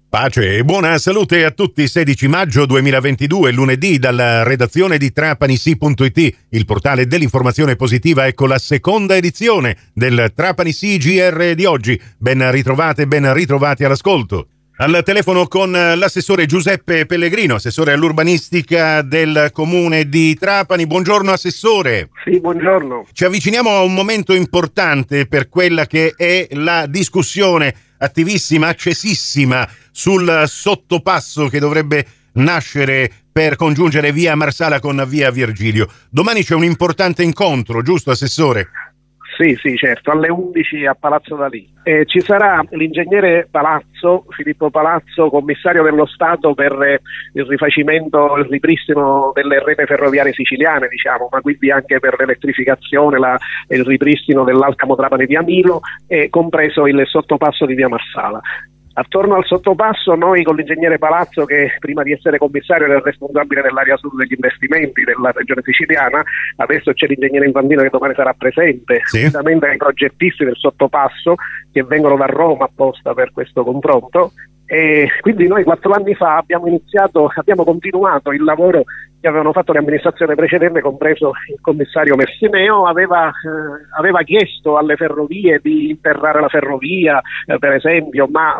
Pace e buona salute a tutti. 16 maggio 2022, lunedì, dalla redazione di trapanisi.it, il portale dell'informazione positiva. Ecco la seconda edizione del Trapani GR di oggi. Ben ritrovate, ben ritrovati all'ascolto. Al telefono con l'assessore Giuseppe Pellegrino, assessore all'urbanistica del comune di Trapani. Buongiorno assessore. Sì, buongiorno. Ci avviciniamo a un momento importante per quella che è la discussione attivissima, accesissima sul sottopasso che dovrebbe nascere per congiungere via Marsala con via Virgilio. Domani c'è un importante incontro, giusto assessore? Sì, certo, alle 11 a Palazzo Dalì. Ci sarà l'ingegnere Palazzo, Filippo Palazzo, commissario dello Stato per il rifacimento, il ripristino delle rete ferroviarie siciliane, diciamo, ma quindi anche per l'elettrificazione, il ripristino dell'Alcamo Trapani via Milo, e compreso il sottopasso di via Marsala. Attorno al sottopasso noi con l'ingegnere Palazzo, che prima di essere commissario era il responsabile dell'area sud degli investimenti della regione siciliana, adesso c'è l'ingegnere Infantino che domani sarà presente, juntamente ai progettisti del sottopasso che vengono da Roma apposta per questo confronto. E quindi noi 4 anni fa abbiamo continuato il lavoro che avevano fatto le amministrazioni precedenti, compreso il commissario Messineo. Aveva chiesto alle ferrovie di interrare la ferrovia, per esempio, ma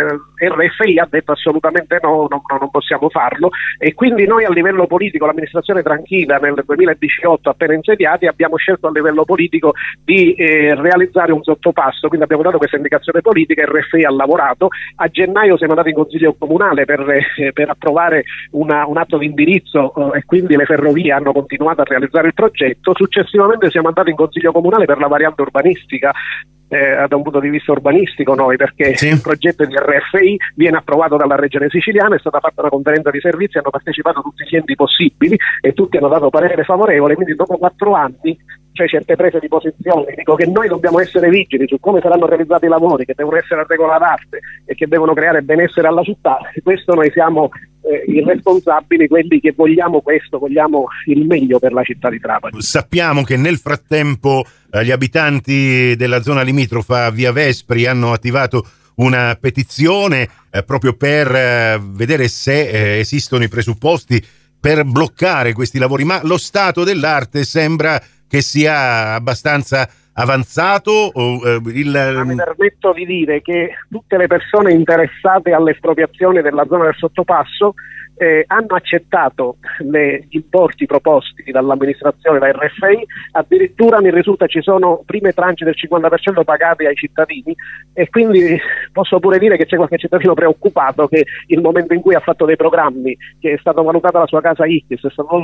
RFI ha detto assolutamente no, non possiamo farlo, e quindi noi a livello politico, l'amministrazione tranquilla nel 2018 appena insediati, abbiamo scelto a livello politico di realizzare un sottopasso, quindi abbiamo dato questa indicazione politica, RFI ha lavorato, a gennaio siamo andati in consiglio comunale per approvare un atto di indirizzo, e quindi le ferrovie hanno continuato a realizzare il progetto. Successivamente siamo andati in consiglio comunale per la variante urbanistica, da un punto di vista urbanistico perché il progetto di RFI viene approvato dalla regione siciliana, è stata fatta una conferenza di servizi, hanno partecipato tutti gli enti possibili e tutti hanno dato parere favorevole, quindi dopo 4 anni c'è certe prese di posizione. Dico che noi dobbiamo essere vigili su come saranno realizzati i lavori, che devono essere a regola d'arte e che devono creare benessere alla città. Questo noi siamo i responsabili, quelli che vogliamo il meglio per la città di Trapani. Sappiamo che nel frattempo gli abitanti della zona limitrofa via Vespri hanno attivato una petizione proprio per vedere se esistono i presupposti per bloccare questi lavori, ma lo stato dell'arte sembra che sia abbastanza avanzato. Mi permetto di dire che tutte le persone interessate all'espropriazione della zona del sottopasso hanno accettato gli importi proposti dall'amministrazione, da RFI. Addirittura mi risulta ci sono prime tranche del 50% pagate ai cittadini, e quindi posso pure dire che c'è qualche cittadino preoccupato che il momento in cui ha fatto dei programmi, che è stato valutata la sua casa X, è stato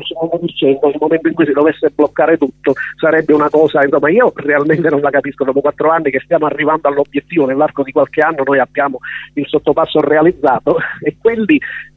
il momento in cui si dovesse bloccare tutto sarebbe una cosa, insomma, io realmente non la capisco. Dopo 4 anni che stiamo arrivando all'obiettivo, nell'arco di qualche anno noi abbiamo il sottopasso realizzato, e quelli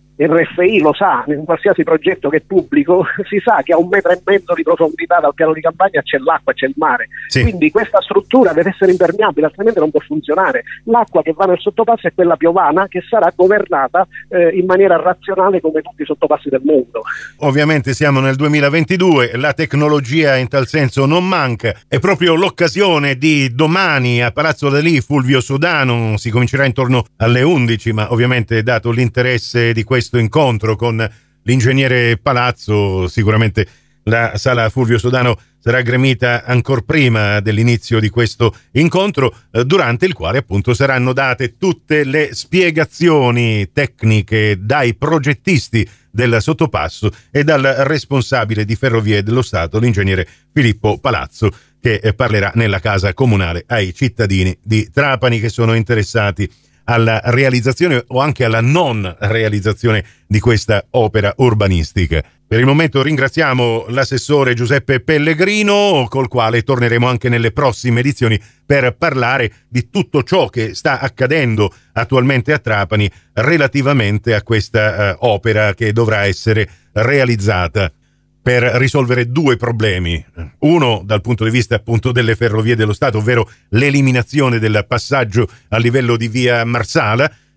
RFI lo sa, in qualsiasi progetto che è pubblico si sa che a 1,5 metri di profondità dal piano di campagna c'è l'acqua, c'è il mare, quindi questa struttura deve essere impermeabile, altrimenti non può funzionare. L'acqua che va nel sottopasso è quella piovana, che sarà governata in maniera razionale come tutti i sottopassi del mondo. Ovviamente siamo nel 2022, la tecnologia in tal senso non manca. È proprio l'occasione di domani a Palazzo Dalì, Fulvio Sodano, si comincerà intorno alle 11, ma ovviamente dato l'interesse di questo incontro con l'ingegnere Palazzo, sicuramente la sala Fulvio Sodano sarà gremita ancor prima dell'inizio di questo incontro, durante il quale appunto saranno date tutte le spiegazioni tecniche dai progettisti del sottopasso e dal responsabile di Ferrovie dello Stato, l'ingegnere Filippo Palazzo, che parlerà nella casa comunale ai cittadini di Trapani che sono interessati alla realizzazione o anche alla non realizzazione di questa opera urbanistica. Per il momento ringraziamo l'assessore Giuseppe Pellegrino, col quale torneremo anche nelle prossime edizioni per parlare di tutto ciò che sta accadendo attualmente a Trapani relativamente a questa opera che dovrà essere realizzata per risolvere 2 problemi. Uno dal punto di vista appunto delle ferrovie dello Stato, ovvero l'eliminazione del passaggio a livello di via Marsala,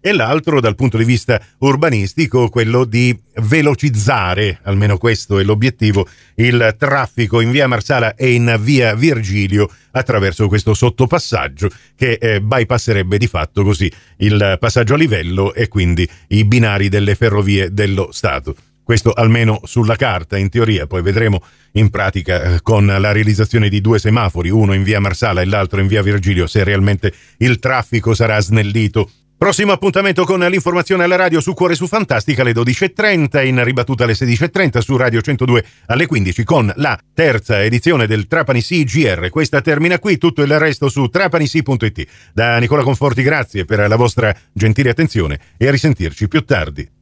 e l'altro dal punto di vista urbanistico quello di velocizzare, almeno questo è l'obiettivo, il traffico in via Marsala e in via Virgilio attraverso questo sottopassaggio che bypasserebbe di fatto così il passaggio a livello e quindi i binari delle ferrovie dello Stato. Questo almeno sulla carta, in teoria, poi vedremo in pratica con la realizzazione di 2 semafori, uno in via Marsala e l'altro in via Virgilio, se realmente il traffico sarà snellito. Prossimo appuntamento con l'informazione alla radio su Cuore su Fantastica alle 12.30, in ribattuta alle 16.30 su Radio 102 alle 15 con la terza edizione del Trapani Sì GR. Questa termina qui, tutto il resto su trapanisi.it. Da Nicola Conforti grazie per la vostra gentile attenzione e a risentirci più tardi.